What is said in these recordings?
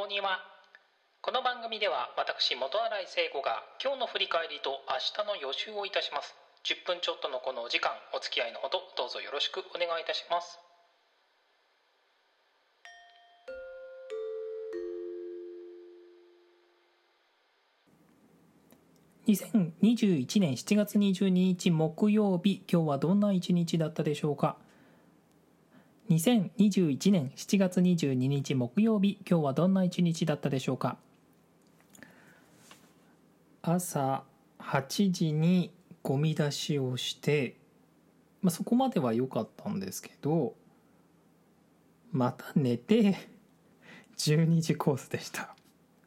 こんにちは。この番組では私元新井聖子が今日の振り返りと明日の予習をいたします。10分ちょっとのこのお時間、お付き合いのほどどうぞよろしくお願いいたします。2021年7月22日木曜日、今日はどんな一日だったでしょうか。2021年7月22日木曜日、今日はどんな一日だったでしょうか。朝8時にゴミ出しをして、そこまでは良かったんですけど、また寝て12時コースでした。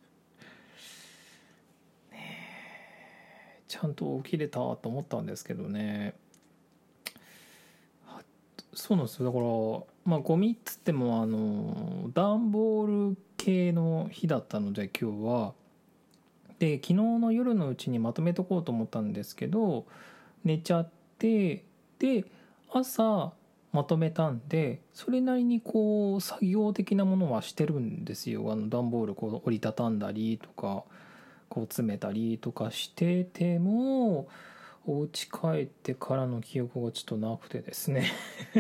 ちゃんと起きれたと思ったんですけどね。そうなんですよ。だからゴミっつっても段ボール系の日だったので、今日はで昨日の夜のうちにまとめとこうと思ったんですけど、寝ちゃって、で朝まとめたんで、それなりにこう作業的なものはしてるんですよ。段ボールこう折りたたんだりとかこう詰めたりとかしてても、お家帰ってからの記憶がちょっとなくてですね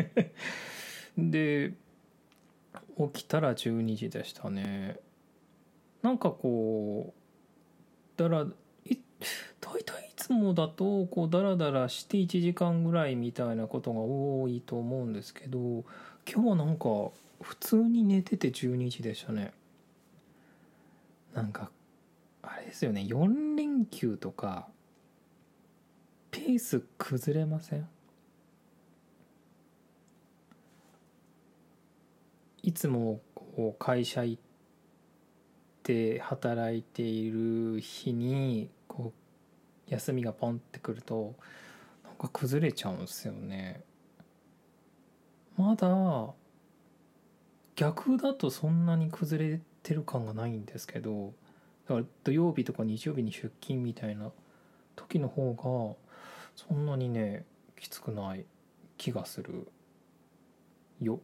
で起きたら12時でしたね。なんかこう大体いつもだとこうダラダラして1時間ぐらいみたいなことが多いと思うんですけど、今日はなんか普通に寝てて12時でしたね。なんかあれですよね、4連休とかペース崩れません？いつもこう会社行って働いている日にこう休みがポンってくるとなんか崩れちゃうんですよね。まだ逆だとそんなに崩れてる感がないんですけど、だから土曜日とか日曜日に出勤みたいな時の方がそんなにねきつくない気がするよ。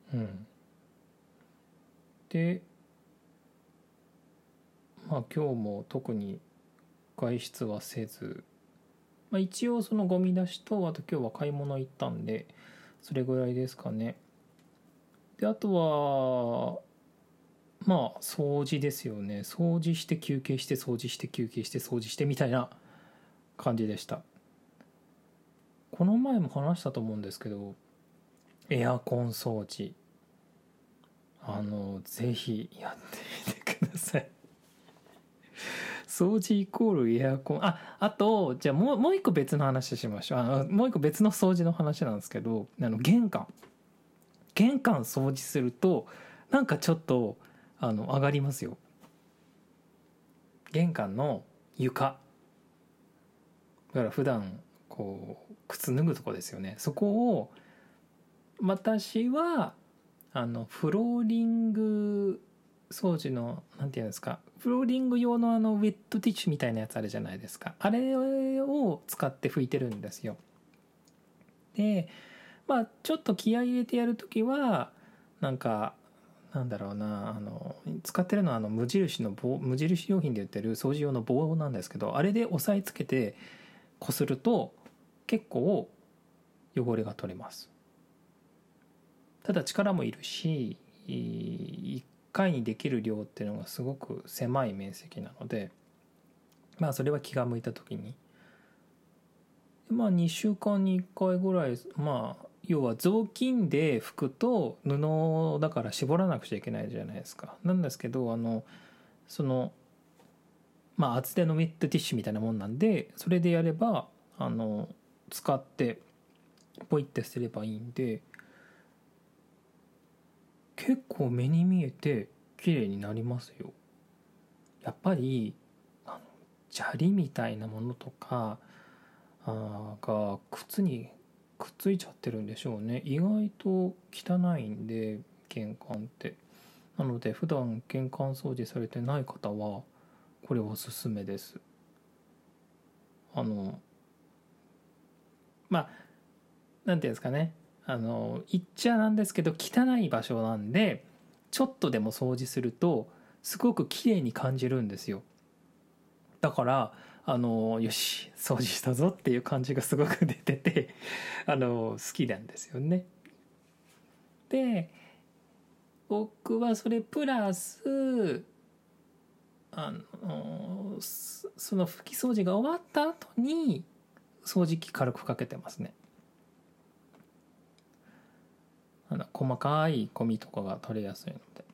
で今日も特に外出はせず、一応そのゴミ出しと、あと今日は買い物行ったんでそれぐらいですかね。であとは掃除ですよね。掃除して休憩して掃除して休憩して掃除してみたいな感じでした。この前も話したと思うんですけど、エアコン掃除ぜひやってみてください。掃除イコールエアコン。あとじゃあもう一個別の話しましょう。もう一個別の掃除の話なんですけど、玄関掃除するとなんかちょっと上がりますよ。玄関の床だから普段こう靴脱ぐとこですよね。そこを私はフローリング掃除のなんていうんですか、フローリング用のウェットティッシュみたいなやつあるじゃないですか。あれを使って拭いてるんですよ。でちょっと気合い入れてやるときはなんだろうな、使ってるのは無印良品で売ってる掃除用の棒なんですけど、あれで押さえつけてこすると結構汚れが取れます。ただ力もいるし、1回にできる量っていうのがすごく狭い面積なので、それは気が向いた時に2週間に1回ぐらい、要は雑巾で拭くと布だから絞らなくちゃいけないじゃないですか。なんですけどその厚手のウェットティッシュみたいなもんなんで、それでやれば使ってポイってすればいいんで、結構目に見えて綺麗になりますよ。やっぱり砂利みたいなものとかが靴にくっついちゃってるんでしょうね。意外と汚いんで玄関って。なので普段玄関掃除されてない方はこれおすすめです。なんていうんですかね、言っちゃなんですけど汚い場所なんで、ちょっとでも掃除するとすごく綺麗に感じるんですよ。だからよし掃除したぞっていう感じがすごく出てて好きなんですよね。で僕はそれプラスその拭き掃除が終わった後に掃除機軽くかけてますね。細かいゴミとかが取れやすいので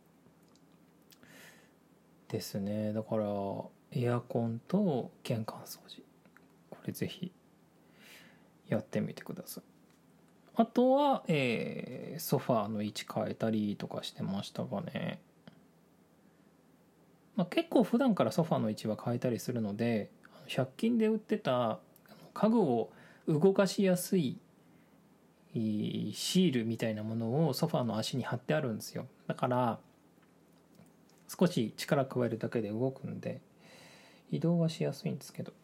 ですね。だからエアコンと玄関掃除、これぜひやってみてください。あとは、ソファーの位置変えたりとかしてましたがね、結構普段からソファーの位置は変えたりするので、100均で売ってた家具を動かしやすいシールみたいなものをソファーの足に貼ってあるんですよ。だから少し力加えるだけで動くんで移動はしやすいんですけど、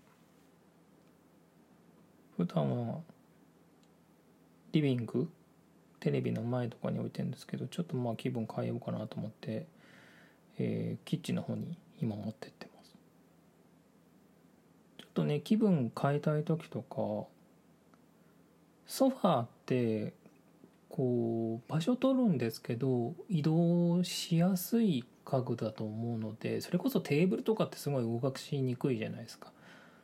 普段はリビングテレビの前とかに置いてるんですけど、ちょっと気分変えようかなと思って、キッチンの方に今持ってってます。ちょっとね気分変えたい時とか、ソファーってこう場所取るんですけど移動しやすい家具だと思うので、それこそテーブルとかってすごい動かしにくいじゃないですか。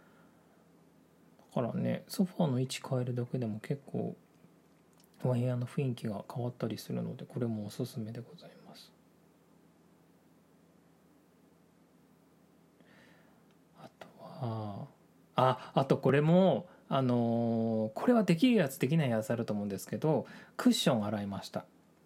だからねソファーの位置変えるだけでも結構お部屋の雰囲気が変わったりするので、これもおすすめでございます。あとはあとこれもこれはできるやつできないやつあると思うんですけど、クッション洗いました。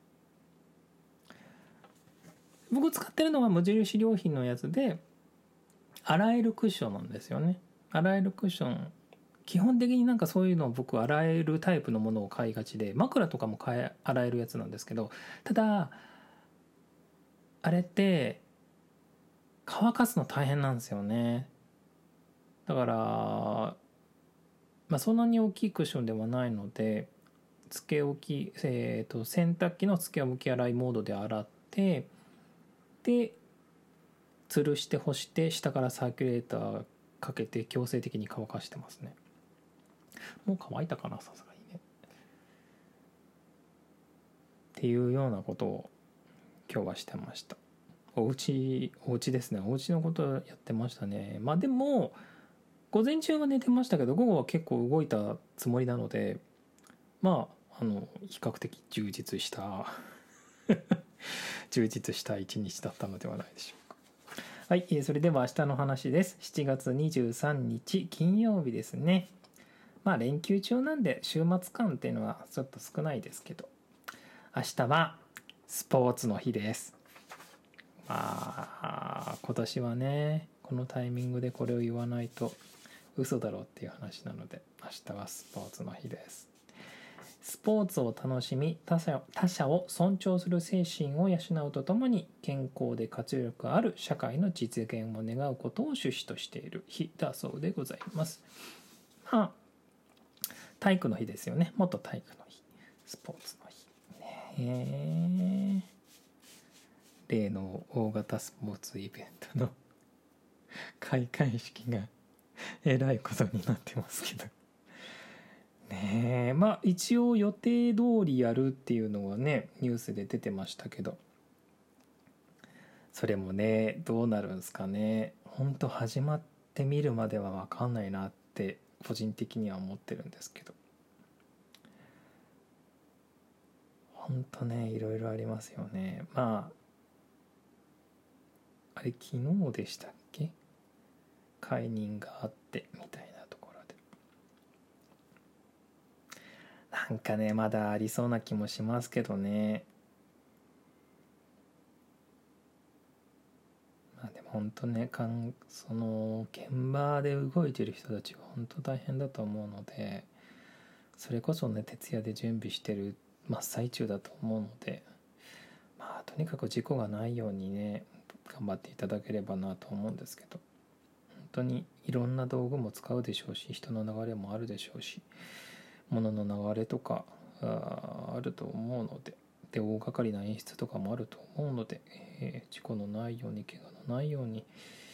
僕使ってるのは無印良品のやつで洗えるクッションなんですよね。洗えるクッション、基本的になんかそういうのを僕洗えるタイプのものを買いがちで、枕とかも洗えるやつなんですけど、ただあれって乾かすの大変なんですよね。だからそんなに大きいクッションではないので、つけ置き、洗濯機のつけ置き洗いモードで洗って、で吊るして干して下からサーキュレーターかけて強制的に乾かしてますね。もう乾いたかな、さすがにね。っていうようなことを今日はしてました。お家ですね。お家のことやってましたね。でも午前中は寝てましたけど、午後は結構動いたつもりなので、比較的充実した充実した一日だったのではないでしょうか。はい、それでは明日の話です。7月23日金曜日ですね。連休中なんで週末感っていうのはちょっと少ないですけど、明日はスポーツの日です。今年はねこのタイミングでこれを言わないと嘘だろうっていう話なので、明日はスポーツの日です。スポーツを楽しみ他者を尊重する精神を養うとともに、健康で活力ある社会の実現を願うことを趣旨としている日だそうでございます。体育の日ですよね。元体育の日、スポーツの日ね。例の大型スポーツイベントの開会式がえらいことになってますけどね。一応予定通りやるっていうのはねニュースで出てましたけど、それもねどうなるんですかね。本当始まってみるまでは分かんないなって個人的には思ってるんですけど、本当ねいろいろありますよね。あれ昨日でしたっけ、解任があってみたいなところで、なんかねまだありそうな気もしますけどね。でも本当ねその現場で動いてる人たちは本当大変だと思うので、それこそね徹夜で準備してる真っ最中だと思うので、とにかく事故がないようにね頑張っていただければなと思うんですけど、本当にいろんな道具も使うでしょうし、人の流れもあるでしょうし、物の流れとかあると思うので、 で大掛かりな演出とかもあると思うので、事故のないように怪我のないように、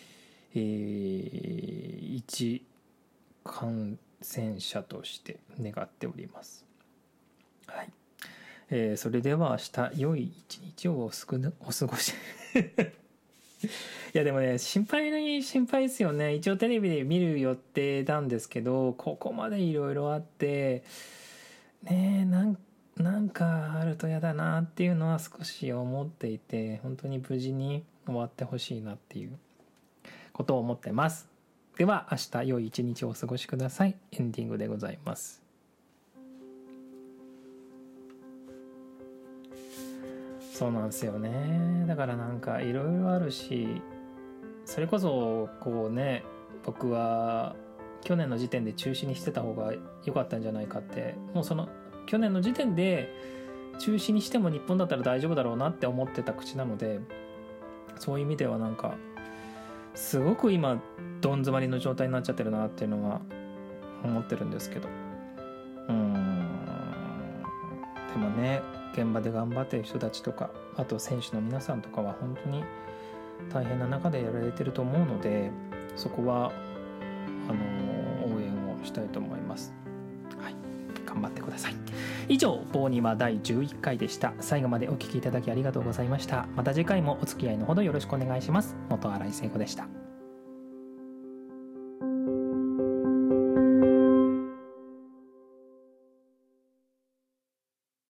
一感染者として願っております。はい。それでは明日良い一日をお過ごしいやでもね、心配ですよね。一応テレビで見る予定なんですけど、ここまでいろいろあってね、なんかあると嫌だなっていうのは少し思っていて、本当に無事に終わってほしいなっていうことを思ってます。では明日良い一日をお過ごしください。エンディングでございます。そうなんですよね。だからなんかいろいろあるし、それこそこうね、僕は去年の時点で中止にしてた方が良かったんじゃないかって、もうその去年の時点で中止にしても日本だったら大丈夫だろうなって思ってた口なので、そういう意味ではなんかすごく今どん詰まりの状態になっちゃってるなっていうのは思ってるんですけど、でもね、現場で頑張ってる人たちとか、あと選手の皆さんとかは本当に大変な中でやられてると思うので、そこは応援をしたいと思います。はい、頑張ってください。以上、ボーニマ第11回でした。最後までお聞きいただきありがとうございました。また次回もお付き合いのほどよろしくお願いします。元新井聖子でした。